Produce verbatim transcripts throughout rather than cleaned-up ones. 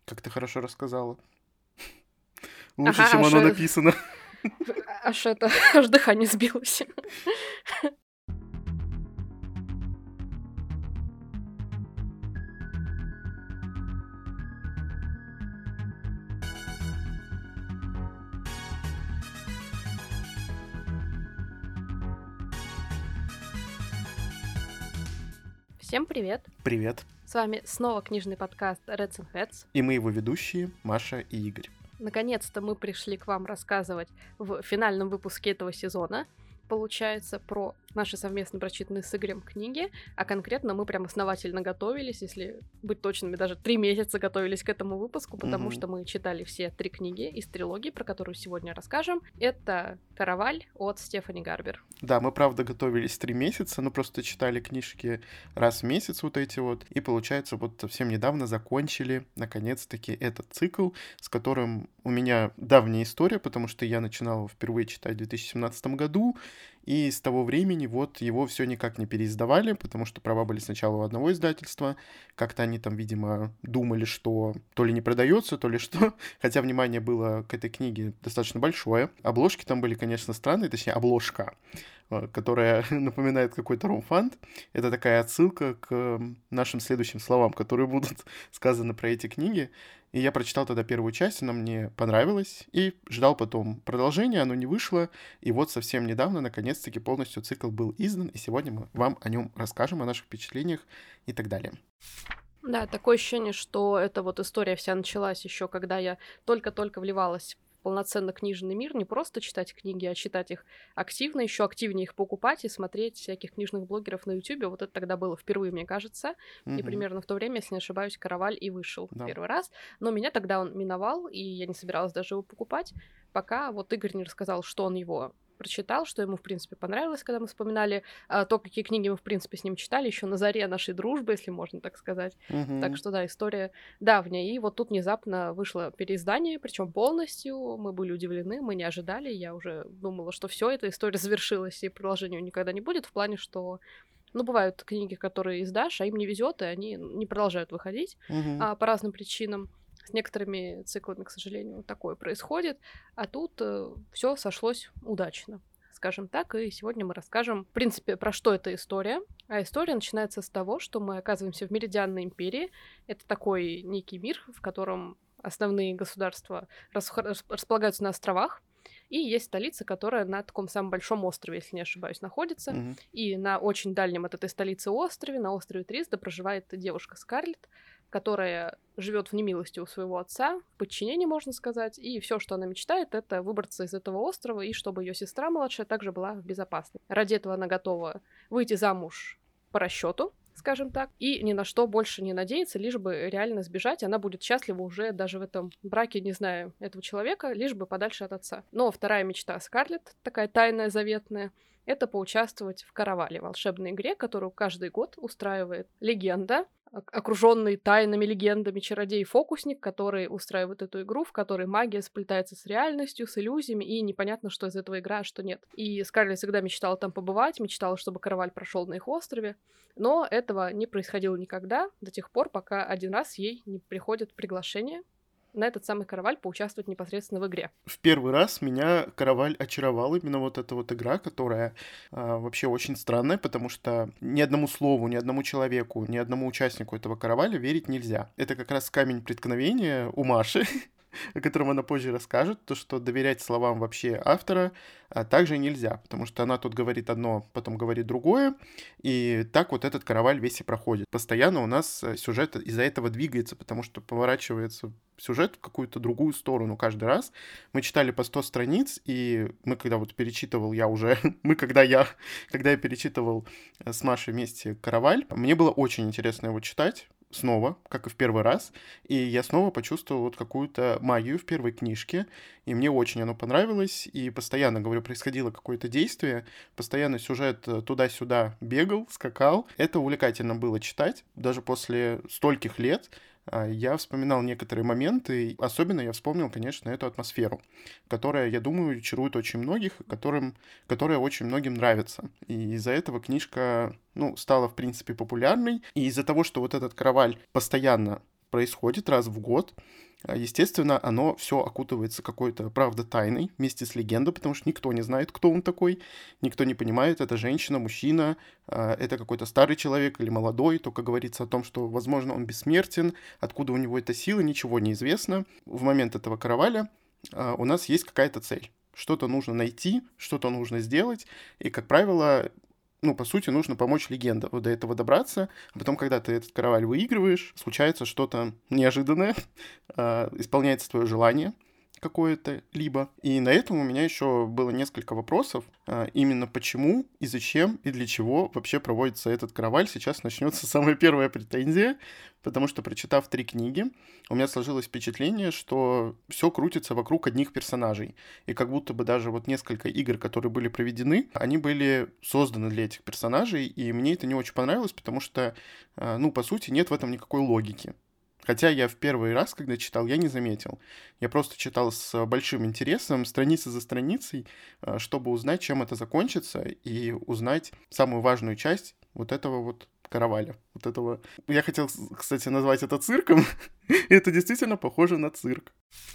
Как ты хорошо рассказала. Лучше, Ага, чем аж, оно э, написано. аж это, аж дыхание сбилось. Всем привет! Привет. С вами снова книжный подкаст Reds and Heads. И мы его ведущие Маша и Игорь. Наконец-то мы пришли к вам рассказывать в финальном выпуске этого сезона, получается, про наши совместно прочитанные с Игорем книги, а конкретно мы прям основательно готовились, если быть точными, даже три месяца готовились к этому выпуску, потому Мгм. что мы читали все три книги из трилогии, про которую сегодня расскажем. Это «Караваль» от Стефани Гарбер. Да, мы правда готовились три месяца, но просто читали книжки раз в месяц вот эти вот, и получается вот совсем недавно закончили наконец-таки этот цикл, с которым у меня давняя история, потому что я начинал его впервые читать в две тысячи семнадцатом году, и с того времени вот его все никак не переиздавали, потому что права были сначала у одного издательства, как-то они там, видимо, думали, что то ли не продается, то ли что, хотя внимание было к этой книге достаточно большое. Обложки там были, конечно, странные, точнее, обложка, э, которая напоминает какой-то ромфант. Это такая отсылка к нашим следующим словам, которые будут сказаны про эти книги. И я прочитал тогда первую часть, она мне понравилась, и ждал потом продолжения, оно не вышло, и вот совсем недавно, наконец-таки, полностью цикл был издан, и сегодня мы вам о нем расскажем, о наших впечатлениях и так далее. Да, такое ощущение, что эта вот история вся началась еще, когда я только-только вливалась в полноценно книжный мир, не просто читать книги, а читать их активно, еще активнее их покупать и смотреть всяких книжных блогеров на Ютубе. Вот это тогда было впервые, мне кажется. И Мгм. примерно в то время, если не ошибаюсь, «Караваль» и вышел Да. первый раз. Но меня тогда он миновал, и я не собиралась даже его покупать, пока вот Игорь не рассказал, что он его прочитал, что ему, в принципе, понравилось, когда мы вспоминали а, то, какие книги мы, в принципе, с ним читали еще на заре нашей дружбы, если можно так сказать. Мгм. Так что, да, история давняя. И вот тут внезапно вышло переиздание, причем полностью. Мы были удивлены, мы не ожидали. Я уже думала, что все, эта история завершилась, и продолжения никогда не будет, в плане, что ну, бывают книги, которые издашь, а им не везет, и они не продолжают выходить Мгм. а, по разным причинам. С некоторыми циклами, к сожалению, такое происходит. А тут все сошлось удачно, скажем так. И сегодня мы расскажем, в принципе, про что эта история. А история начинается с того, что мы оказываемся в Меридианной империи. Это такой некий мир, в котором основные государства расх- располагаются на островах. И есть столица, которая на таком самом большом острове, если не ошибаюсь, находится. Мгм. И на очень дальнем от этой столицы острове, на острове Триста, проживает девушка Скарлетт, которая живет в немилости у своего отца, в подчинении, можно сказать, и все, что она мечтает, это выбраться из этого острова, и чтобы ее сестра младшая также была в безопасности. Ради этого она готова выйти замуж по расчету, скажем так, и ни на что больше не надеяться, лишь бы реально сбежать. Она будет счастлива уже даже в этом браке, не знаю, этого человека, лишь бы подальше от отца. Но вторая мечта Скарлетт, такая тайная, заветная, это поучаствовать в «Каравале», волшебной игре, которую каждый год устраивает легенда, окруженный тайными легендами чародей-фокусник, который устраивает эту игру, в которой магия сплетается с реальностью, с иллюзиями, и непонятно, что из этого игра, а что нет. И Скарлетт всегда мечтала там побывать, мечтала, чтобы караваль прошел на их острове, но этого не происходило никогда до тех пор, пока один раз ей не приходит приглашение на этот самый караваль поучаствовать непосредственно в игре. В первый раз меня «Караваль» очаровал, именно вот эта вот игра, которая а, вообще очень странная, потому что ни одному слову, ни одному человеку, ни одному участнику этого «Караваля» верить нельзя. Это как раз камень преткновения у Маши, о котором она позже расскажет, то, что доверять словам вообще автора а, также нельзя, потому что она тут говорит одно, потом говорит другое, и так вот этот «Караваль» весь и проходит. Постоянно у нас сюжет из-за этого двигается, потому что поворачивается сюжет в какую-то другую сторону каждый раз. Мы читали по сто страниц, и мы когда вот перечитывал, я уже, мы когда я, когда я перечитывал с Машей вместе «Караваль», мне было очень интересно его читать, снова, как и в первый раз, и я снова почувствовал вот какую-то магию в первой книжке, и мне очень оно понравилось, и постоянно, говорю, происходило какое-то действие, постоянно сюжет туда-сюда бегал, скакал. Это увлекательно было читать, даже после стольких лет. Я вспоминал некоторые моменты, особенно я вспомнил, конечно, эту атмосферу, которая, я думаю, чарует очень многих, которым, которая очень многим нравится. И из-за этого книжка, ну, стала, в принципе, популярной. И из-за того, что вот этот «Караваль» постоянно происходит раз в год. Естественно, оно все окутывается какой-то, правда, тайной вместе с легендой, потому что никто не знает, кто он такой, никто не понимает, это женщина, мужчина, это какой-то старый человек или молодой, только говорится о том, что, возможно, он бессмертен, откуда у него эта сила, ничего не известно. В момент этого караваля у нас есть какая-то цель. Что-то нужно найти, что-то нужно сделать, и, как правило, ну, по сути, нужно помочь легенде вот до этого добраться, а потом, когда ты этот караваль выигрываешь, случается что-то неожиданное, исполняется твое желание какое-то либо. И на этом у меня еще было несколько вопросов, именно почему и зачем и для чего вообще проводится этот караваль. Сейчас начнется самая первая претензия, потому что, прочитав три книги, у меня сложилось впечатление, что все крутится вокруг одних персонажей. И как будто бы даже вот несколько игр, которые были проведены, они были созданы для этих персонажей, и мне это не очень понравилось, потому что, ну, по сути, нет в этом никакой логики. Хотя я в первый раз, когда читал, я не заметил. Я просто читал с большим интересом, страница за страницей, чтобы узнать, чем это закончится, и узнать самую важную часть вот этого вот караваля. Вот этого. Я хотел, кстати, назвать это цирком. Это действительно похоже на цирк.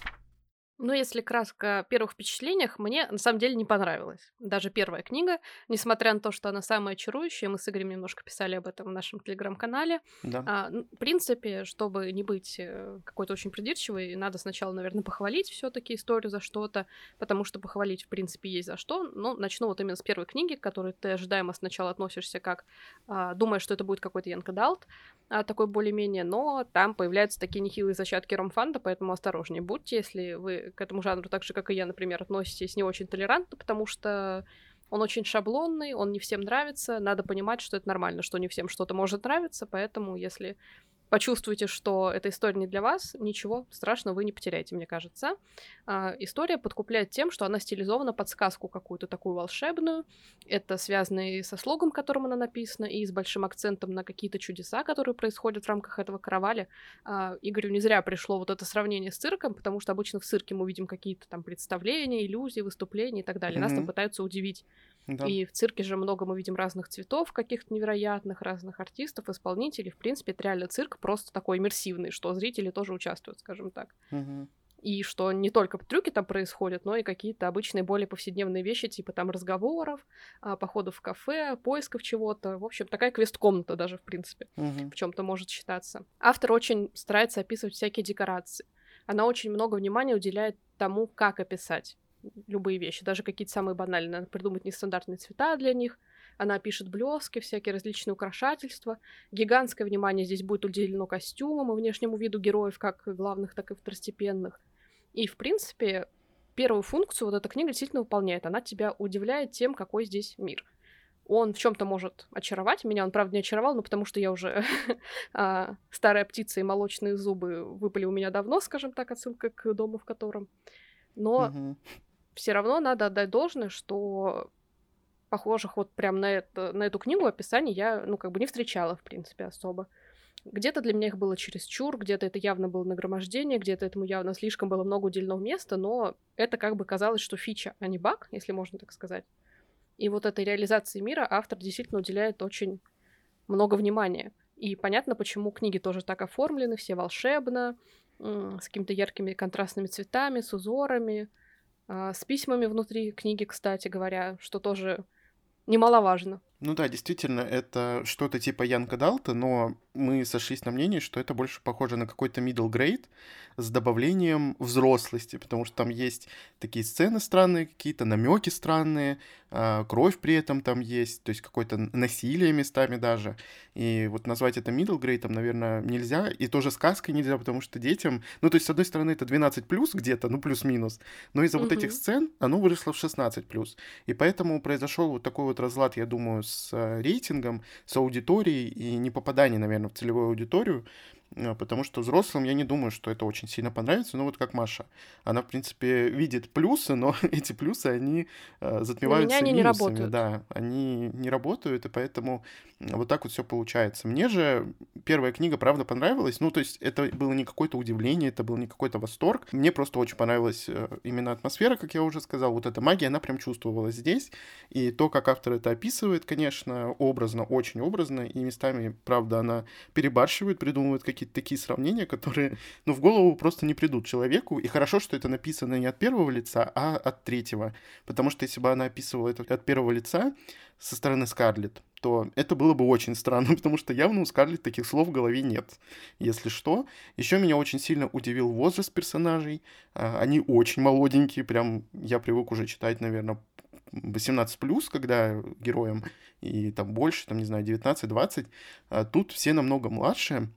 Ну, если кратко о первых впечатлениях, мне на самом деле не понравилась. Даже первая книга, несмотря на то, что она самая чарующая, мы с Игорем немножко писали об этом в нашем телеграм-канале. Да. А, ну, в принципе, чтобы не быть э, какой-то очень придирчивой, надо сначала, наверное, похвалить все-таки историю за что-то, потому что похвалить, в принципе, есть за что. Но начну вот именно с первой книги, к которой ты ожидаемо сначала относишься как, а, думаешь, что это будет какой-то Янг Адалт, а, такой более-менее, но там появляются такие нехилые зачатки ромфанда, поэтому осторожнее будьте, если вы к этому жанру, так же, как и я, например, относитесь не очень толерантно, потому что он очень шаблонный, он не всем нравится, надо понимать, что это нормально, что не всем что-то может нравиться, поэтому если почувствуете, что эта история не для вас, ничего страшного вы не потеряете, мне кажется. А, история подкупляет тем, что она стилизована под сказку какую-то такую волшебную. Это связано и со слогом, которым она написана, и с большим акцентом на какие-то чудеса, которые происходят в рамках этого караваля. А, Игорю не зря пришло вот это сравнение с цирком, потому что обычно в цирке мы видим какие-то там представления, иллюзии, выступления и так далее. Нас Мгм. там пытаются удивить. Да. И в цирке же много мы видим разных цветов, каких-то невероятных, разных артистов, исполнителей. В принципе, это реально цирк просто такой иммерсивный, что зрители тоже участвуют, скажем так. Мгм. И что не только трюки там происходят, но и какие-то обычные более повседневные вещи, типа там разговоров, а, походов в кафе, поисков чего-то. В общем, такая квест-комната даже, в принципе, Мгм. в чем-то может считаться. Автор очень старается описывать всякие декорации. Она очень много внимания уделяет тому, как описать любые вещи, даже какие-то самые банальные. Надо придумать нестандартные цвета для них. Она пишет блески, всякие различные украшательства. Гигантское внимание здесь будет уделено костюмам и внешнему виду героев, как главных, так и второстепенных. И, в принципе, первую функцию вот эта книга действительно выполняет. Она тебя удивляет тем, какой здесь мир. Он в чем-то может очаровать меня. Он, правда, не очаровал, но потому что я уже а, старая птица и молочные зубы выпали у меня давно, скажем так, отсылка к дому, в котором. Но Мгм. все равно надо отдать должное, что похожих вот прям на, это, на эту книгу описаний я, ну, как бы не встречала, в принципе, особо. Где-то для меня их было чересчур, где-то это явно было нагромождение, где-то этому явно слишком было много уделенного места, но это как бы казалось, что фича, а не баг, если можно так сказать. И вот этой реализации мира автор действительно уделяет очень много внимания. И понятно, почему книги тоже так оформлены, все волшебно, м, с какими-то яркими контрастными цветами, с узорами, а, с письмами внутри книги, кстати говоря, что тоже немаловажно. Ну да, действительно, это что-то типа Янка Далта, но мы сошлись на мнении, что это больше похоже на какой-то middle grade с добавлением взрослости, потому что там есть такие сцены странные, какие-то намеки странные, а, кровь при этом там есть, то есть какое-то насилие местами даже. И вот назвать это middle grade там, наверное, нельзя, и тоже сказкой нельзя, потому что детям, ну то есть с одной стороны это двенадцать плюс где-то, ну плюс-минус, но из-за вот этих Мгм. сцен оно выросло в шестнадцать плюс. И поэтому произошел вот такой вот разлад, я думаю, с э, рейтингом, с аудиторией и не попадание, наверное, в целевую аудиторию, э, потому что взрослым я не думаю, что это очень сильно понравится. Ну вот как Маша, она, в принципе, видит плюсы, но эти плюсы, они э, На меня затмеваются они не минусами, работают. да, они не работают, и поэтому м, вот так вот все получается. Мне же первая книга, правда, понравилась, ну то есть это было не какое-то удивление, это был не какой-то восторг, мне просто очень понравилась э, именно атмосфера, как я уже сказал, вот эта магия, она прям чувствовалась здесь, и то, как автор это описывает, конечно, образно, очень образно, и местами, правда, она перебарщивает, придумывает какие-то какие-то такие сравнения, которые, ну, в голову просто не придут человеку. И хорошо, что это написано не от первого лица, а от третьего. Потому что если бы она описывала это от первого лица со стороны Скарлетт, то это было бы очень странно, потому что явно у Скарлетт таких слов в голове нет, если что. Еще меня очень сильно удивил возраст персонажей. Они очень молоденькие, прям я привык уже читать, наверное, восемнадцать плюс, когда героям, и там больше, там, не знаю, девятнадцать-двадцать. А тут все намного младше,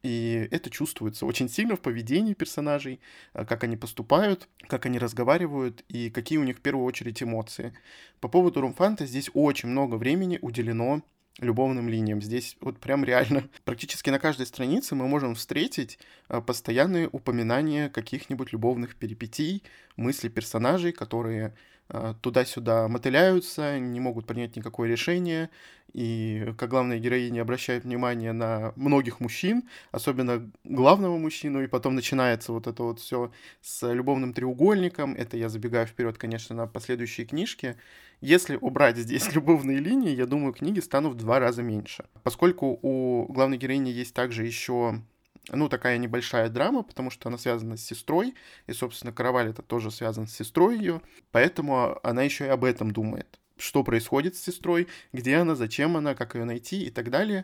и это чувствуется очень сильно в поведении персонажей, как они поступают, как они разговаривают и какие у них в первую очередь эмоции. По поводу Румфанта здесь очень много времени уделено любовным линиям. Здесь вот прям реально практически на каждой странице мы можем встретить постоянные упоминания каких-нибудь любовных перипетий, мыслей персонажей, которые туда-сюда мотыляются, не могут принять никакое решение, и как главная героиня обращает внимание на многих мужчин, особенно главного мужчину, и потом начинается вот это вот все с любовным треугольником. Это я забегаю вперед, конечно, на последующие книжки. Если убрать здесь любовные линии, я думаю, книги станут в два раза меньше. Поскольку у главной героини есть также еще, ну, такая небольшая драма, потому что она связана с сестрой, и, собственно, Караваль это тоже связан с сестрой ее, поэтому она еще и об этом думает. Что происходит с сестрой, где она, зачем она, как ее найти и так далее.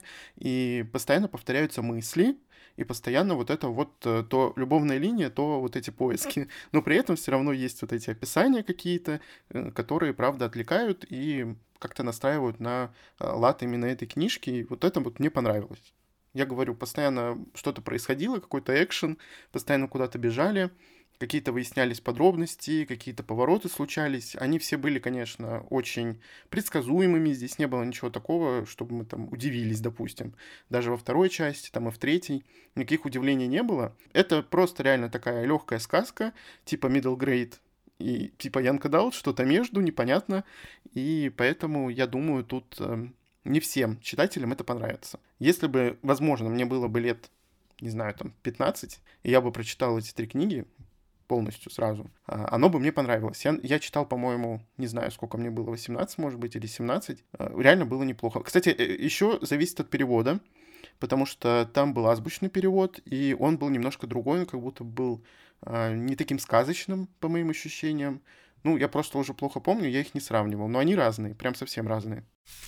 И постоянно повторяются мысли, и постоянно вот это вот то любовная линия, то вот эти поиски. Но при этом все равно есть вот эти описания какие-то, которые, правда, отвлекают и как-то настраивают на лад именно этой книжки. И вот это вот мне понравилось. Я говорю, постоянно что-то происходило, какой-то экшен, постоянно куда-то бежали, какие-то выяснялись подробности, какие-то повороты случались. Они все были, конечно, очень предсказуемыми. Здесь не было ничего такого, чтобы мы там удивились, допустим. Даже во второй части, там и в третьей никаких удивлений не было. Это просто реально такая легкая сказка, типа middle grade и типа young adult, что-то между, непонятно. И поэтому, я думаю, тут э, не всем читателям это понравится. Если бы, возможно, мне было бы лет, не знаю, там, пятнадцать, и я бы прочитал эти три книги полностью сразу, оно бы мне понравилось. Я, я читал, по-моему, не знаю, сколько мне было, восемнадцать, может быть, или семнадцать. Реально было неплохо. Кстати, еще зависит от перевода, потому что там был азбучный перевод, и он был немножко другой, он как будто был не таким сказочным, по моим ощущениям. Ну, я просто уже плохо помню, я их не сравнивал, но они разные, прям совсем разные.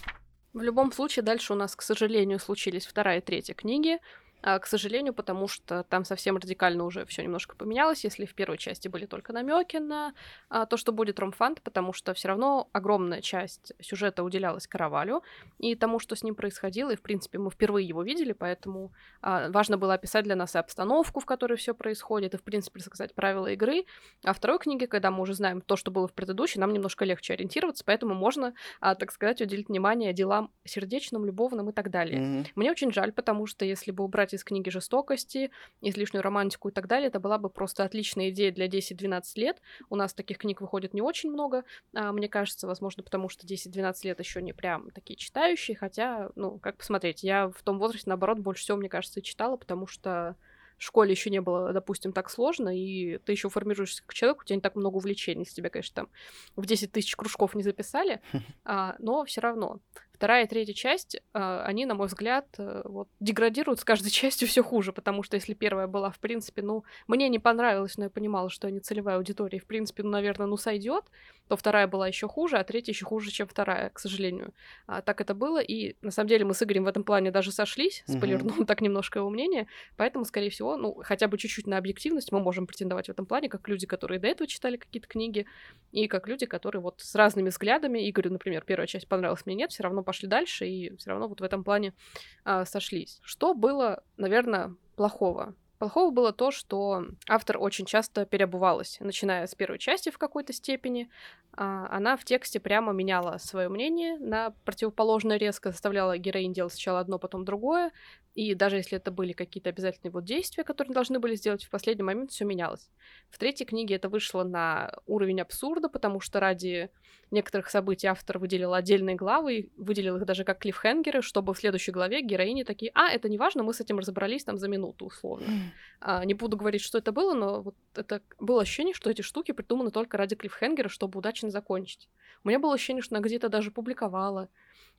В любом случае, дальше у нас, к сожалению, случились вторая и третья книги. А, к сожалению, потому что там совсем радикально уже все немножко поменялось. Если в первой части были только намеки на а, то, что будет Ромфант, потому что все равно огромная часть сюжета уделялась Каравалю и тому, что с ним происходило. И, в принципе, мы впервые его видели, поэтому а, важно было описать для нас и обстановку, в которой все происходит, и, в принципе, рассказать правила игры. А в второй книге, когда мы уже знаем то, что было в предыдущей, нам немножко легче ориентироваться, поэтому можно, а, так сказать, уделить внимание делам сердечным, любовным и так далее. Mm-hmm. Мне очень жаль, потому что если бы убрать из книги жестокости, излишнюю романтику и так далее, это была бы просто отличная идея для десять-двенадцать лет. У нас таких книг выходит не очень много, а, мне кажется, возможно, потому что десять-двенадцать лет еще не прям такие читающие, хотя, ну, как посмотреть, я в том возрасте, наоборот, больше всего, мне кажется, и читала, потому что в школе еще не было, допустим, так сложно, и ты еще формируешься как человек, у тебя не так много увлечений, если тебя, конечно, там в десять тысяч кружков не записали, а, но все равно. Вторая и третья часть, они, на мой взгляд, вот, деградируют с каждой частью все хуже, потому что если первая была, в принципе, ну, мне не понравилось, но я понимала, что не целевая аудитория, и, в принципе, ну, наверное, ну, сойдет, то вторая была еще хуже, а третья еще хуже, чем вторая, к сожалению. А, так это было, и, на самом деле, мы с Игорем в этом плане даже сошлись, спойлернул так немножко его мнение, поэтому, скорее всего, ну, хотя бы чуть-чуть на объективность мы можем претендовать в этом плане, как люди, которые до этого читали какие-то книги, и как люди, которые вот с разными взглядами, Игорю, например, первая часть понравилась, мне нет, все равно пошли дальше и все равно вот в этом плане а, сошлись. Что было, наверное, плохого? Плохого было то, что автор очень часто переобувалась, начиная с первой части в какой-то степени. А, она в тексте прямо меняла свое мнение на противоположное резко, заставляла героинь делать сначала одно, потом другое. И даже если это были какие-то обязательные вот действия, которые должны были сделать, в последний момент все менялось. В третьей книге это вышло на уровень абсурда, потому что ради некоторых событий автор выделил отдельные главы, выделил их даже как клиффхенгеры, чтобы в следующей главе героини такие: а, это не важно, мы с этим разобрались там за минуту, условно. А, не буду говорить, что это было, но вот это было ощущение, что эти штуки придуманы только ради клиффхенгера, чтобы удачно закончить. У меня было ощущение, что она где-то даже публиковала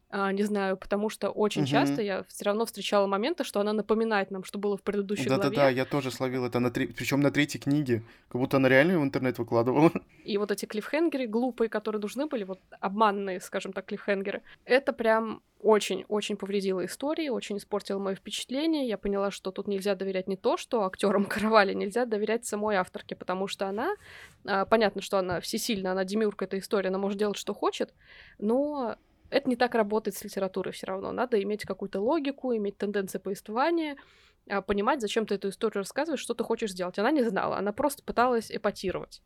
А, не знаю, потому что очень часто Мгм. я все равно встречала моменты, что она напоминает нам, что было в предыдущей Да-да-да, главе. я тоже словил это на тре причём на третьей книге, как будто она реально в интернет выкладывала. И вот эти клиффхенгеры глупые, которые нужны были, вот обманные, скажем так, клиффхенгеры, это прям очень-очень повредило истории, очень испортило моё впечатление. Я поняла, что тут нельзя доверять не то, что актерам Каравали, нельзя доверять самой авторке, потому что она, а, понятно, что она всесильна, она демиург этой истории, она может делать, что хочет, но это не так работает с литературой все равно. Надо иметь какую-то логику, иметь тенденции повествования, а, понимать, зачем ты эту историю рассказываешь, что ты хочешь сделать. Она не знала, она просто пыталась эпатировать.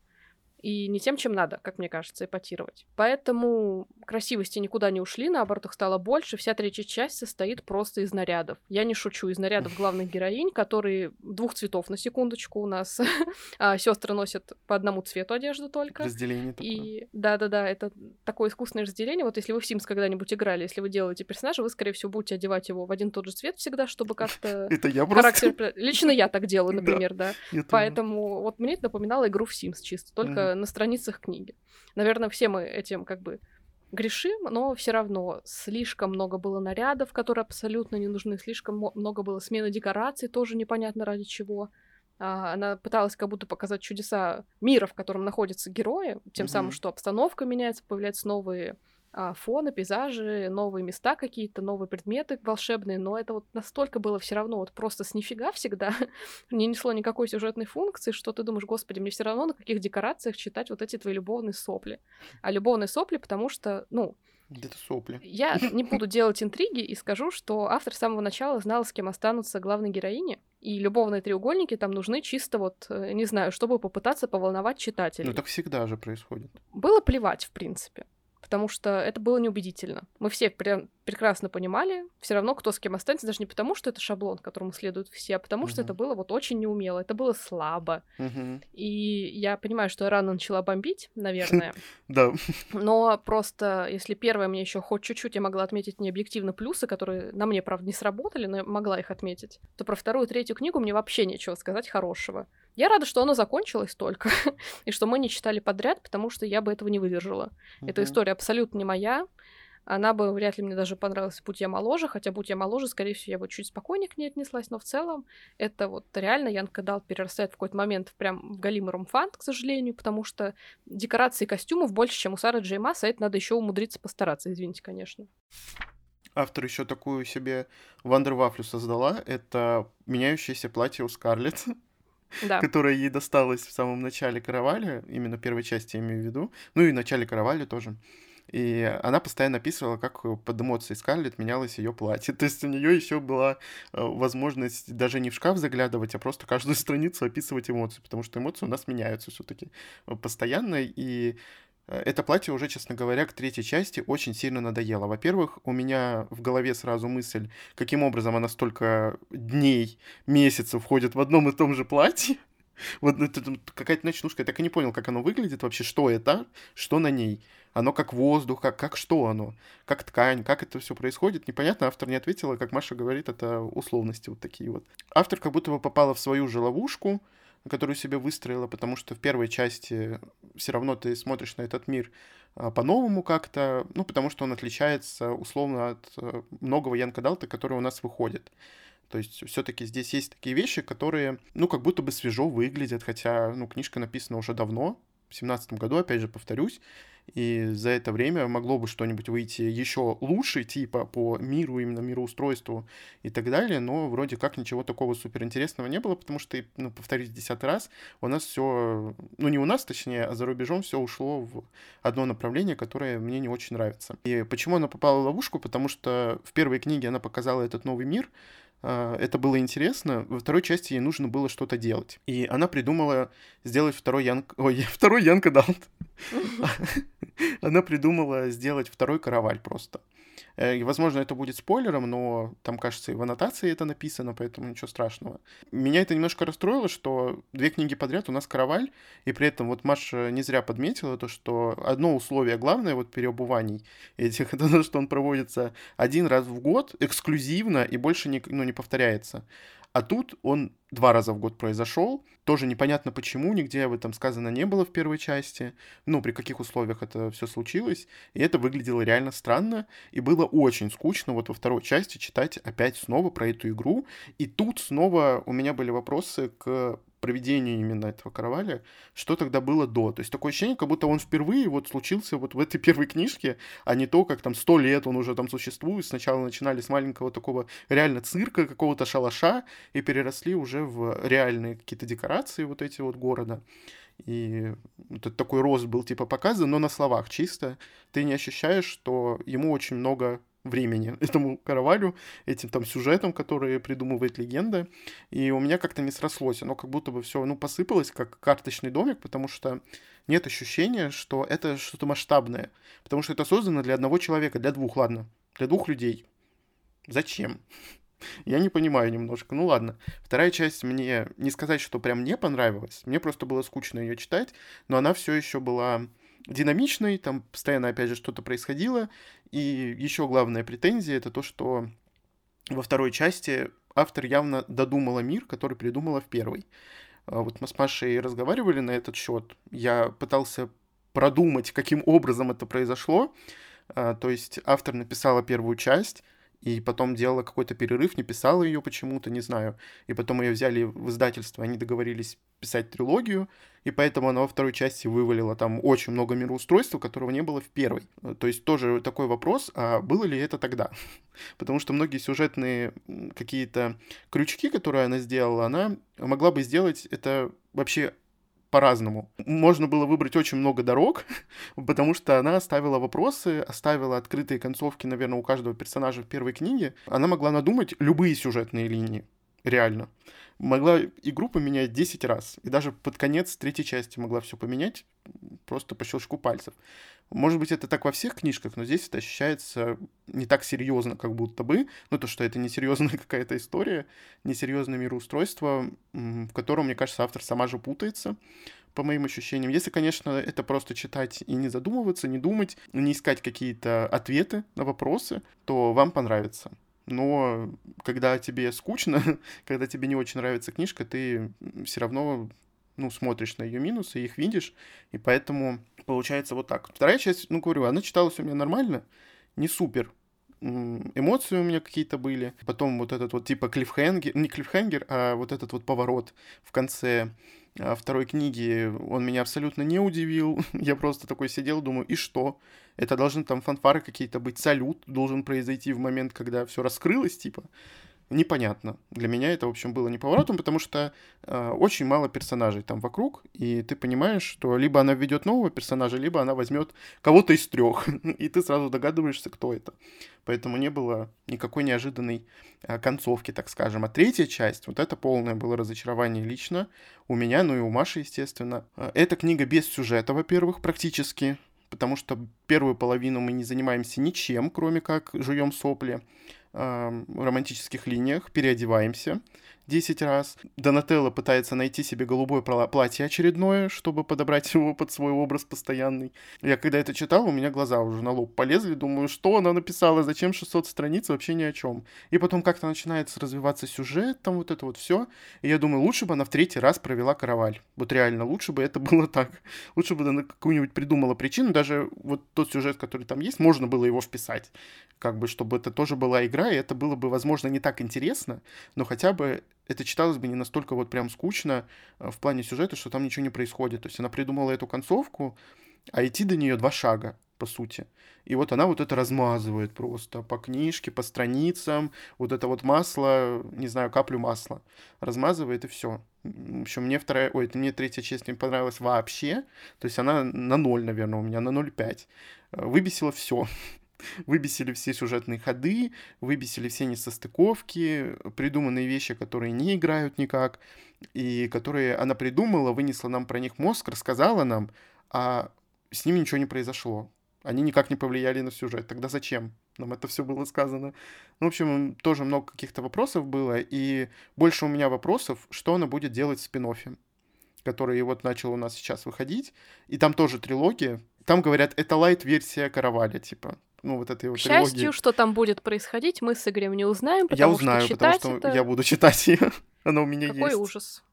И не тем, чем надо, как мне кажется, эпатировать. Поэтому красивости никуда не ушли, наоборот, их стало больше. Вся третья часть состоит просто из нарядов. Я не шучу, из нарядов главных героинь, которые двух цветов, на секундочку, у нас а, сестры носят по одному цвету одежду только. Разделение такое. И да-да-да, это такое искусственное разделение. Вот если вы в Sims когда-нибудь играли, если вы делаете персонажа, вы, скорее всего, будете одевать его в один и тот же цвет всегда, чтобы как-то Это я характер... просто. Лично я так делаю, Да, например, да. я тоже. Поэтому вот мне это напоминало игру в Sims чисто, только Мгм. на страницах книги. Наверное, все мы этим как бы грешим, но все равно слишком много было нарядов, которые абсолютно не нужны, слишком мо- много было смены декораций, тоже непонятно ради чего. А, она пыталась как будто показать чудеса мира, в котором находятся герои, тем самым, Мгм. что обстановка меняется, появляются новые а, фоны, пейзажи, новые места какие-то, новые предметы волшебные, но это вот настолько было все равно вот просто с нифига всегда, не несло никакой сюжетной функции, что ты думаешь, господи, мне все равно на каких декорациях читать вот эти твои любовные сопли. А любовные сопли, потому что, ну, Где-то сопли. я не буду делать интриги и скажу, что автор с самого начала знал, с кем останутся главные героини, и любовные треугольники там нужны чисто вот, э, не знаю, чтобы попытаться поволновать Ну читателей. так всегда же происходит. Было плевать, в принципе, потому что это было неубедительно. Мы все прям прекрасно понимали, все равно кто с кем останется, даже не потому, что это шаблон, которому следуют все, а потому что это Мгм. было вот очень неумело, это было слабо. Мгм. И я понимаю, что я рано начала бомбить, наверное, Да. но просто если первое мне еще хоть чуть-чуть я могла отметить не объективно плюсы, которые на мне, правда, не сработали, но я могла их отметить, то про вторую и третью книгу мне вообще нечего сказать хорошего. Я рада, что оно закончилось только, и что мы не читали подряд, потому что я бы этого не выдержала. Эта Мгм. история абсолютно не моя. Она бы вряд ли мне даже понравилась, будь я моложе, хотя будь я моложе, скорее всего, я бы чуть спокойнее к ней отнеслась, но в целом это вот реально Янка Далл перерастает в какой-то момент в прям в галимый ромфант, к сожалению, потому что декораций и костюмов больше, чем у Сары Джей Маас, а это надо еще умудриться постараться, извините, конечно. Автор еще такую себе вандервафлю создала. Это меняющееся платье у Скарлетт, Да. которое ей досталось в самом начале Каравали, именно первой части я имею в виду, ну и в начале Каравали тоже. И она постоянно описывала, как под эмоцией Скарлетт менялось ее платье. То есть у нее еще была э, возможность даже не в шкаф заглядывать, а просто каждую страницу описывать эмоции, потому что эмоции у нас меняются все-таки постоянно. И э, это платье уже, честно говоря, к третьей части очень сильно надоело. Во-первых, у меня в голове сразу мысль, каким образом она столько дней, месяцев ходит в одном и том же платье. Вот это там какая-то ночнушка. Я так и не понял, как оно выглядит вообще, что это, что на ней. Оно как воздух, как, как что оно, как ткань, как это все происходит. Непонятно, автор не ответила, как Маша говорит, это условности вот такие вот. Автор как будто бы попала в свою же ловушку, которую себе выстроила, потому что в первой части все равно ты смотришь на этот мир а, по-новому как-то, ну, потому что он отличается условно от а, многого Янка Далта, который у нас выходит. То есть все-таки здесь есть такие вещи, которые, ну, как будто бы свежо выглядят, хотя, ну, книжка написана уже давно, в семнадцатом году, опять же, повторюсь, и за это время могло бы что-нибудь выйти еще лучше, типа по миру, именно мироустройству и так далее, но вроде как ничего такого суперинтересного не было, потому что, ну, повторюсь десятый раз, у нас все, ну, не у нас, точнее, а за рубежом все ушло в одно направление, которое мне не очень нравится. И почему она попала в ловушку? Потому что в первой книге она показала этот новый мир, это было интересно. Во второй части ей нужно было что-то делать. И она придумала сделать второй Янг... Ой, второй Янка Далт. Она придумала сделать второй караваль просто. И, возможно, это будет спойлером, но там, кажется, и в аннотации это написано, поэтому ничего страшного. Меня это немножко расстроило, что две книги подряд у нас караваль, и при этом вот Маша не зря подметила то, что одно условие главное вот переобуваний этих, это то, что он проводится один раз в год, эксклюзивно, и больше не, ну, не повторяется. А тут он два раза в год произошел, тоже непонятно почему, нигде об этом сказано не было в первой части, ну, при каких условиях это все случилось, и это выглядело реально странно, и было очень скучно вот во второй части читать опять снова про эту игру, и тут снова у меня были вопросы к проведению именно этого караваля, что тогда было до. То есть такое ощущение, как будто он впервые вот случился вот в этой первой книжке, а не то, как там сто лет он уже там существует. Сначала начинали с маленького такого реально цирка, какого-то шалаша, и переросли уже в реальные какие-то декорации вот эти вот города. И вот этот такой рост был типа показан, но на словах чисто. Ты не ощущаешь, что ему очень много времени, этому каравалю, этим там сюжетам, которые придумывает легенда. И у меня как-то не срослось. Оно как будто бы все, ну, посыпалось, как карточный домик, потому что нет ощущения, что это что-то масштабное. Потому что это создано для одного человека, для двух, ладно, для двух людей. Зачем? Я не понимаю немножко. Ну ладно. Вторая часть мне не сказать, что прям не понравилась. Мне просто было скучно ее читать, но она все еще была динамичной, там постоянно опять же что-то происходило. И еще главная претензия — это то, что во второй части автор явно додумала мир, который придумала в первой. Вот мы с Машей разговаривали на этот счет. Я пытался продумать, каким образом это произошло. То есть автор написала первую часть, и потом делала какой-то перерыв, не писала ее почему-то, не знаю. И потом ее взяли в издательство, они договорились писать трилогию, и поэтому она во второй части вывалила там очень много мироустройства, которого не было в первой. То есть тоже такой вопрос, а было ли это тогда? Потому что многие сюжетные какие-то крючки, которые она сделала, она могла бы сделать это вообще по-разному. Можно было выбрать очень много дорог, потому что она оставила вопросы, оставила открытые концовки, наверное, у каждого персонажа в первой книге. Она могла надумать любые сюжетные линии, реально. Могла игру поменять десять раз, и даже под конец третьей части могла все поменять, просто по щелчку пальцев. Может быть, это так во всех книжках, но здесь это ощущается не так серьезно, как будто бы. Ну, то, что это несерьезная какая-то история, несерьезное мироустройство, в котором, мне кажется, автор сама же путается, по моим ощущениям. Если, конечно, это просто читать и не задумываться, не думать, не искать какие-то ответы на вопросы, то вам понравится. Но когда тебе скучно, когда тебе не очень нравится книжка, ты все равно, ну, смотришь на ее минусы, их видишь, и поэтому получается вот так. Вторая часть, ну, говорю, она читалась у меня нормально, не супер. Эмоции у меня какие-то были. Потом вот этот вот типа клиффхенгер, не клиффхенгер, а вот этот вот поворот в конце второй книги, он меня абсолютно не удивил. Я просто такой сидел, думаю, и что? Это должны там фанфары какие-то быть, салют должен произойти в момент, когда все раскрылось, типа. Непонятно. Для меня это, в общем, было не поворотом, потому что э, очень мало персонажей там вокруг, и ты понимаешь, что либо она введет нового персонажа, либо она возьмет кого-то из трех, и ты сразу догадываешься, кто это. Поэтому не было никакой неожиданной э, концовки, так скажем. А третья часть, вот это полное было разочарование лично у меня, ну и у Маши, естественно. Эта книга без сюжета, во-первых, практически, потому что первую половину мы не занимаемся ничем, кроме как жуем сопли, романтических линиях, переодеваемся десять раз. Донателло пытается найти себе голубое платье очередное, чтобы подобрать его под свой образ постоянный. Я когда это читал, у меня глаза уже на лоб полезли, думаю, что она написала, зачем шестьсот страниц, вообще ни о чем. И потом как-то начинается развиваться сюжет, там вот это вот все. И я думаю, лучше бы она в третий раз провела караваль. Вот реально, лучше бы это было так. Лучше бы она какую-нибудь придумала причину, даже вот тот сюжет, который там есть, можно было его вписать. Как бы, чтобы это тоже была игра, и это было бы, возможно, не так интересно, но хотя бы это читалось бы не настолько вот прям скучно в плане сюжета, что там ничего не происходит. То есть она придумала эту концовку, а идти до нее два шага, по сути. И вот она вот это размазывает просто по книжке, по страницам, вот это вот масло, не знаю, каплю масла, размазывает и все. В общем, мне вторая, ой, мне третья часть не понравилась вообще, то есть она на ноль, наверное, у меня, на ноль целых пять. Выбесило все. Выбесили все сюжетные ходы, выбесили все несостыковки, придуманные вещи, которые не играют никак, и которые она придумала, вынесла нам про них мозг, рассказала нам, а с ними ничего не произошло. Они никак не повлияли на сюжет. Тогда зачем нам это все было сказано? Ну, в общем, тоже много каких-то вопросов было, и больше у меня вопросов, что она будет делать в спин-оффе, который вот начал у нас сейчас выходить, и там тоже трилогия. Там, говорят, это лайт-версия караваля, типа. ну, вот этой К вот счастью, трилогии. что там будет происходить, мы с Игорем не узнаем, Я потому что узнаю, потому читать что это... я буду читать ее. Она у меня Какой есть. ужас.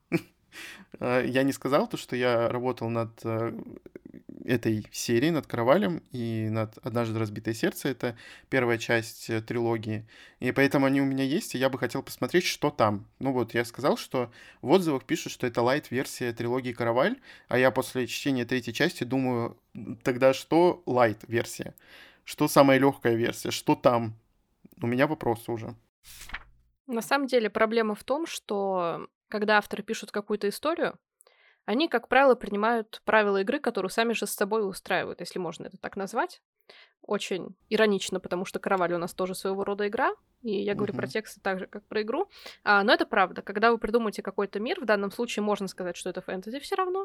А, Я не сказал то, что я работал над э, этой серией, над «Каравалем» и над «Однажды разбитое сердце». Это первая часть э, трилогии. И поэтому они у меня есть, и я бы хотел посмотреть, что там. Ну вот, я сказал, что в отзывах пишут, что это лайт-версия трилогии «Караваль», а я после чтения третьей части думаю, «М, тогда что лайт-версия? Что самая легкая версия? Что там? У меня вопросы уже. На самом деле проблема в том, что когда авторы пишут какую-то историю, они, как правило, принимают правила игры, которые сами же с собой устраивают, если можно это так назвать. Очень иронично, потому что «Караваль» у нас тоже своего рода игра, и я говорю про Мгм. тексты так же, как про игру. А, но это правда. Когда вы придумаете какой-то мир, в данном случае можно сказать, что это фэнтези все равно,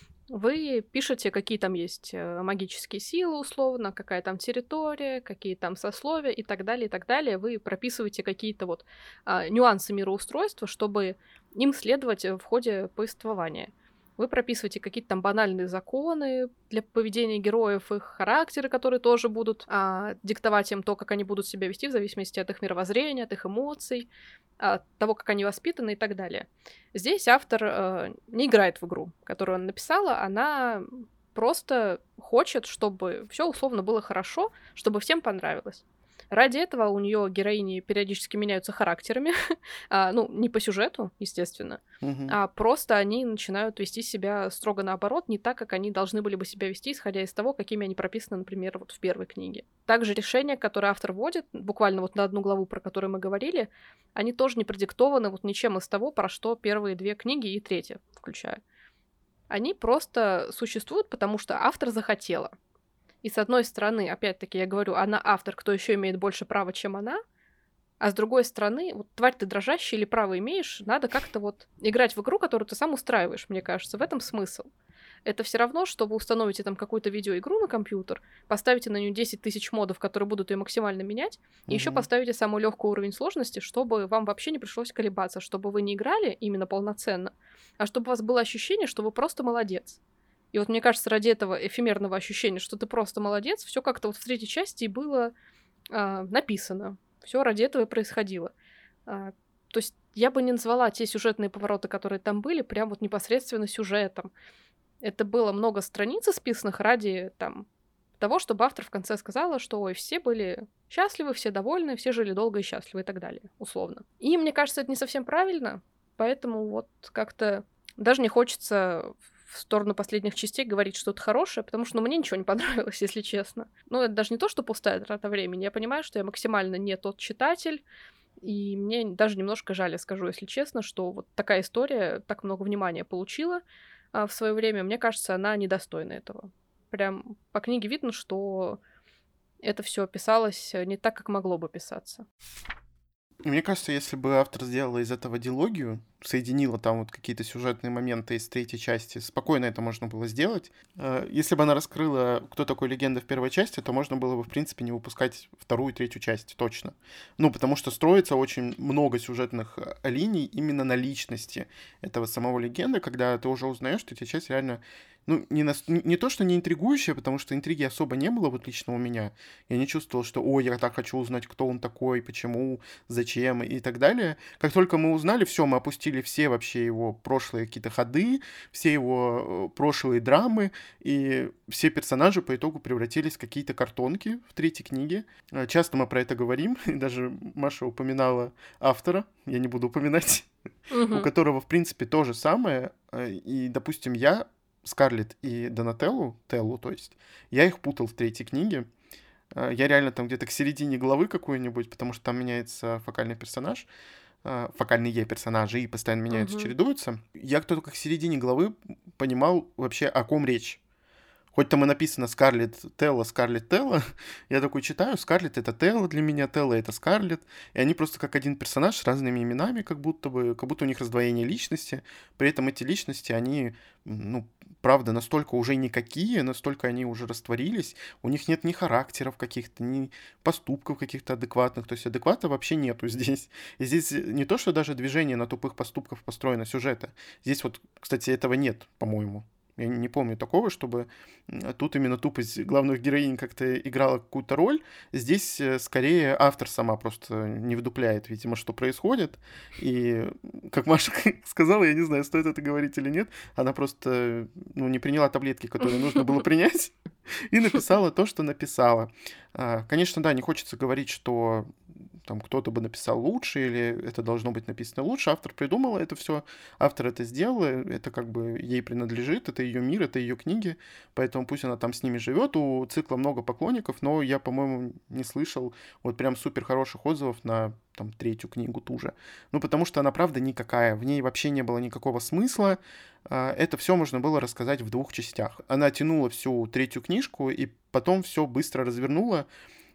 вы пишете, какие там есть э, магические силы, условно, какая там территория, какие там сословия и так далее, и так далее. Вы прописываете какие-то вот а, нюансы мироустройства, чтобы им следовать э, в ходе повествования. Вы прописываете какие-то там банальные законы для поведения героев, их характеры, которые тоже будут а, диктовать им то, как они будут себя вести в зависимости от их мировоззрения, от их эмоций, от того, как они воспитаны и так далее. Здесь автор э, не играет в игру, которую она написала, она просто хочет, чтобы все условно было хорошо, чтобы всем понравилось. Ради этого у нее героини периодически меняются характерами, а, ну, не по сюжету, естественно, Мгм. а просто они начинают вести себя строго наоборот, не так, как они должны были бы себя вести, исходя из того, какими они прописаны, например, вот в первой книге. Также решения, которые автор вводит, буквально вот на одну главу, про которую мы говорили, они тоже не продиктованы вот ничем из того, про что первые две книги и третья, включая. Они просто существуют, потому что автор захотела. И с одной стороны, опять-таки, я говорю, она автор, кто еще имеет больше права, чем она, а с другой стороны, вот тварь ты дрожащая или право имеешь, надо как-то вот играть в игру, которую ты сам устраиваешь, мне кажется. В этом смысл. Это все равно, что вы установите там какую-то видеоигру на компьютер, поставите на нее десять тысяч модов, которые будут ее максимально менять, и еще Мгм. поставите самый легкий уровень сложности, чтобы вам вообще не пришлось колебаться, чтобы вы не играли именно полноценно, а чтобы у вас было ощущение, что вы просто молодец. И вот мне кажется, ради этого эфемерного ощущения, что ты просто молодец, все как-то вот в третьей части и было а, написано. Все ради этого и происходило. А, то есть я бы не назвала те сюжетные повороты, которые там были, прям вот непосредственно сюжетом. Это было много страниц исписанных ради там того, чтобы автор в конце сказала, что ой, все были счастливы, все довольны, все жили долго и счастливы и так далее, условно. И мне кажется, это не совсем правильно, поэтому вот как-то даже не хочется в сторону последних частей говорить что-то хорошее, потому что ну, мне ничего не понравилось, если честно. Ну, это даже не то, что пустая трата времени. Я понимаю, что я максимально не тот читатель, и мне даже немножко жаль, я скажу, если честно, что вот такая история так много внимания получила а, в свое время. Мне кажется, она недостойна этого. Прям по книге видно, что это все писалось не так, как могло бы писаться. Мне кажется, если бы автор сделала из этого дилогию, соединила там вот какие-то сюжетные моменты из третьей части, спокойно это можно было сделать. Э, Если бы она раскрыла, кто такой легенда в первой части, то можно было бы, в принципе, не выпускать вторую и третью часть, точно. Ну, потому что строится очень много сюжетных э, линий именно на личности этого самого легенды, когда ты уже узнаешь, что эта часть реально, ну, не, нас- не не то, что не интригующая, потому что интриги особо не было, вот лично у меня. Я не чувствовал, что, ой, я так хочу узнать, кто он такой, почему, зачем и так далее. Как только мы узнали, все, мы опустили все вообще его прошлые какие-то ходы, все его э, прошлые драмы, и все персонажи по итогу превратились в какие-то картонки в третьей книге. Э, Часто мы про это говорим, и даже Маша упоминала автора, я не буду упоминать, у Мгм. которого, в принципе, то же самое. э, И, допустим, я Скарлетт и Донателлу, Теллу, то есть, я их путал в третьей книге. Э, Я реально там где-то к середине главы какой-нибудь, потому что там меняется фокальный персонаж, э, фокальные персонажи и постоянно меняются, Мгм. чередуются. Я кто только к середине главы понимал вообще, о ком речь. Хоть там и написано Скарлетт Телла, Скарлетт Телла, я такой читаю, Скарлетт это Телла для меня, Телла это Скарлетт, и они просто как один персонаж с разными именами, как будто бы, как будто у них раздвоение личности, при этом эти личности, они, м, ну, правда, настолько уже никакие, настолько они уже растворились, у них нет ни характеров каких-то, ни поступков каких-то адекватных, то есть адеквата вообще нету здесь. И здесь не то, что даже движение на тупых поступках построено сюжета, здесь вот, кстати, этого нет, по-моему. Я не помню такого, чтобы тут именно тупость главных героинь как-то играла какую-то роль. Здесь э, скорее автор сама просто не вдупляет, видимо, что происходит. И, как Маша сказала, я не знаю, стоит это говорить или нет, она просто ну, не приняла таблетки, которые нужно было принять, и написала то, что написала. А, Конечно, да, не хочется говорить, что там кто-то бы написал лучше, или это должно быть написано лучше. Автор придумала это все, автор это сделала, это как бы ей принадлежит, это ее мир, это ее книги, поэтому пусть она там с ними живет. У цикла много поклонников, но я, по-моему, не слышал вот прям супер хороших отзывов на там третью книгу ту же. Ну, потому что она, правда, никакая, в ней вообще не было никакого смысла. А, Это все можно было рассказать в двух частях. Она тянула всю третью книжку и потом все быстро развернула,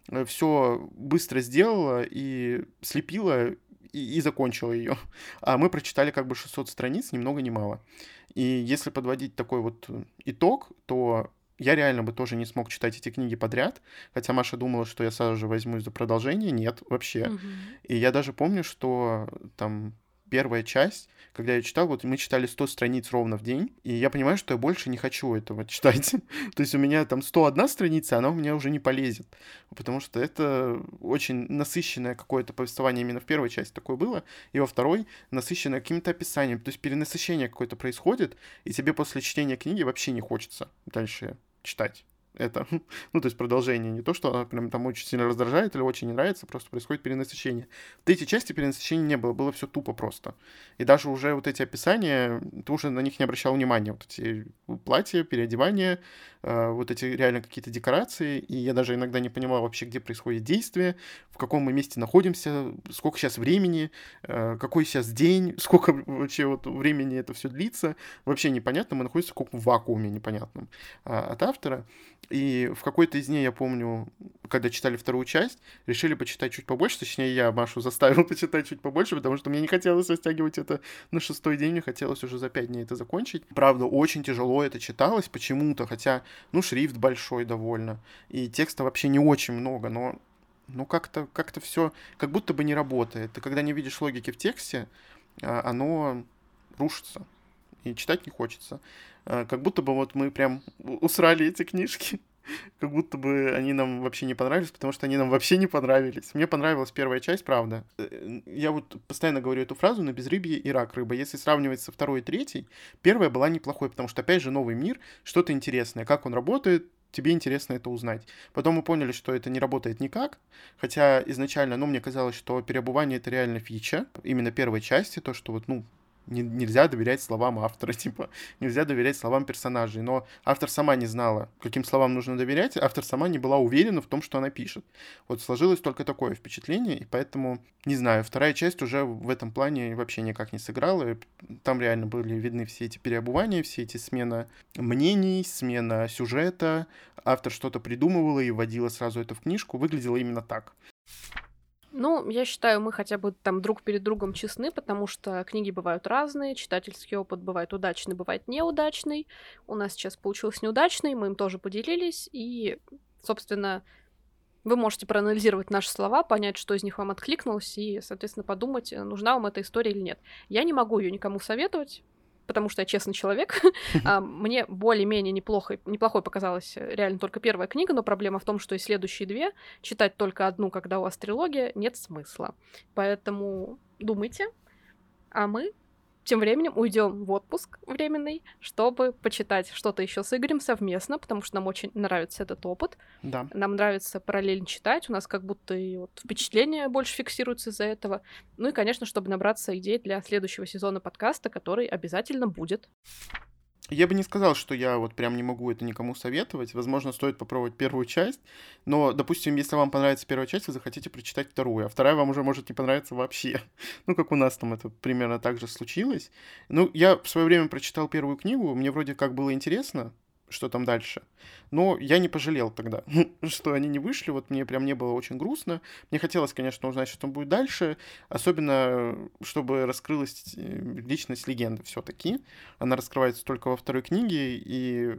все быстро сделала и слепила и, и закончила ее. А мы прочитали как бы шестьсот страниц, ни много ни мало. И если подводить такой вот итог, то я реально бы тоже не смог читать эти книги подряд, хотя Маша думала, что я сразу же возьмусь за продолжение. Нет, вообще. Мгм. И я даже помню, что там первая часть, когда я читал, вот мы читали сто страниц ровно в день, и я понимаю, что я больше не хочу этого читать. То есть у меня там сто одна страница, она у меня уже не полезет, потому что это очень насыщенное какое-то повествование именно в первой части такое было, и во второй насыщенное каким-то описанием. То есть перенасыщение какое-то происходит, и тебе после чтения книги вообще не хочется дальше читать это. Ну, то есть продолжение. Не то, что она прям там очень сильно раздражает или очень не нравится, просто происходит перенасыщение. В третьей части перенасыщения не было, было все тупо просто. И даже уже вот эти описания, ты уже на них не обращал внимания. Вот эти платья, переодевания, э, вот эти реально какие-то декорации. И я даже иногда не понимал вообще, где происходит действие, в каком мы месте находимся, сколько сейчас времени, э, какой сейчас день, сколько вообще вот времени это все длится. Вообще непонятно, мы находимся в каком-то вакууме непонятном а, от автора. И в какой-то из дней, я помню, когда читали вторую часть, решили почитать чуть побольше, точнее, я Машу заставил почитать чуть побольше, потому что мне не хотелось растягивать это на шестой день, мне хотелось уже за пять дней это закончить. Правда, очень тяжело это читалось почему-то, хотя, ну, шрифт большой довольно, и текста вообще не очень много, но ну, как-то как все как будто бы не работает. Ты когда не видишь логики в тексте, а, оно рушится, и читать не хочется. А, Как будто бы вот мы прям у- усрали эти книжки, как будто бы они нам вообще не понравились, потому что они нам вообще не понравились. Мне понравилась первая часть, правда. Э, Я вот постоянно говорю эту фразу на безрыбье и рак рыба. Если сравнивать со второй и третьей, первая была неплохой, потому что, опять же, новый мир, что-то интересное, как он работает, тебе интересно это узнать. Потом мы поняли, что это не работает никак, хотя изначально, ну, мне казалось, что переобувание — это реально фича, именно первой части, то, что вот, ну, не- нельзя доверять словам автора, типа, нельзя доверять словам персонажей, но автор сама не знала, каким словам нужно доверять, автор сама не была уверена в том, что она пишет. Вот сложилось только такое впечатление, и поэтому, не знаю, вторая часть уже в этом плане вообще никак не сыграла, и там реально были видны все эти переобувания, все эти смена мнений, смена сюжета, автор что-то придумывала и вводила сразу это в книжку, выглядело именно так. Ну, я считаю, мы хотя бы там друг перед другом честны, потому что книги бывают разные, читательский опыт бывает удачный, бывает неудачный. У нас сейчас получился неудачный, мы им тоже поделились, и, собственно, вы можете проанализировать наши слова, понять, что из них вам откликнулось, и, соответственно, подумать, э, нужна вам эта история или нет. Я не могу ее никому советовать, потому что я честный человек. А, Мне более-менее неплохо, неплохой показалась э, реально только первая книга, но проблема в том, что и следующие две читать только одну, когда у вас трилогия, нет смысла. Поэтому думайте, а мы тем временем уйдем в отпуск временный, чтобы почитать что-то еще с Игорем совместно, потому что нам очень нравится этот опыт. Да. Нам нравится параллельно читать, у нас как будто и вот впечатления больше фиксируются из-за этого. Ну и, конечно, чтобы набраться идей для следующего сезона подкаста, который обязательно будет. Я бы не сказал, что я вот прям не могу это никому советовать. Возможно, стоит попробовать первую часть. Но, допустим, если вам понравится первая часть, вы захотите прочитать вторую, а вторая вам уже может не понравиться вообще. Ну, как у нас там это примерно так же случилось. Ну, я в свое время прочитал первую книгу, мне вроде как было интересно, что там дальше. Но я не пожалел тогда, что они не вышли. Вот мне прям не было очень грустно. Мне хотелось, конечно, узнать, что там будет дальше. Особенно, чтобы раскрылась э, личность легенды все-таки. Она раскрывается только во второй книге, и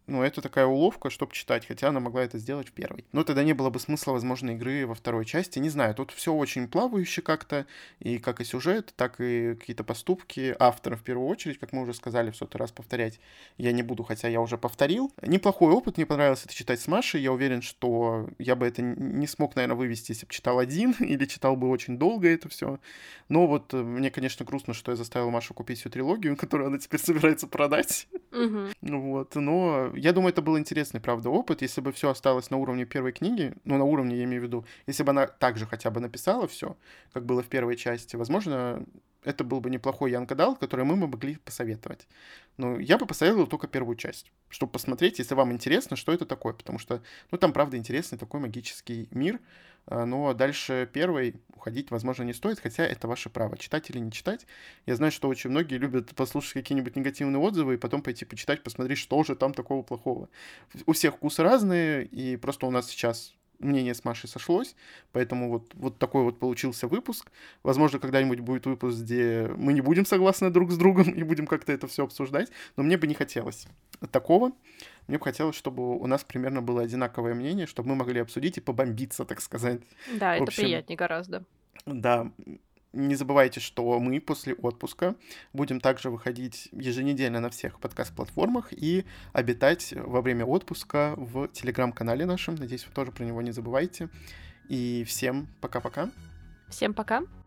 Ну, это такая уловка, чтобы читать, хотя она могла это сделать в первой. Но тогда не было бы смысла, возможно, игры во второй части. Не знаю, тут все очень плавающе как-то, и как и сюжет, так и какие-то поступки автора в первую очередь, как мы уже сказали, в сотый раз повторять я не буду, хотя я уже повторил. Неплохой опыт, мне понравилось это читать с Машей. Я уверен, что я бы это не смог, наверное, вывести, если бы читал один, или читал бы очень долго это все. Но вот мне, конечно, грустно, что я заставил Машу купить всю трилогию, которую она теперь собирается продать. Угу. Вот, но я думаю, это был интересный, правда, опыт. Если бы все осталось на уровне первой книги, ну, на уровне, я имею в виду, если бы она также хотя бы написала все, как было в первой части, возможно, это был бы неплохой Young Adult, который мы бы могли посоветовать. Но я бы посоветовал только первую часть, чтобы посмотреть, если вам интересно, что это такое, потому что, ну, там, правда, интересный такой магический мир, но дальше первой уходить, возможно, не стоит, хотя это ваше право, читать или не читать. Я знаю, что очень многие любят послушать какие-нибудь негативные отзывы и потом пойти почитать, посмотреть, что же там такого плохого. У всех вкусы разные, и просто у нас сейчас мнение с Машей сошлось, поэтому вот, вот такой вот получился выпуск. Возможно, когда-нибудь будет выпуск, где мы не будем согласны друг с другом и будем как-то это все обсуждать, но мне бы не хотелось такого. Мне бы хотелось, чтобы у нас примерно было одинаковое мнение, чтобы мы могли обсудить и побомбиться, так сказать. Да, это общем, приятнее гораздо. Да, не забывайте, что мы после отпуска будем также выходить еженедельно на всех подкаст-платформах и обитать во время отпуска в телеграм-канале нашем. Надеюсь, вы тоже про него не забывайте. И всем пока-пока. Всем пока.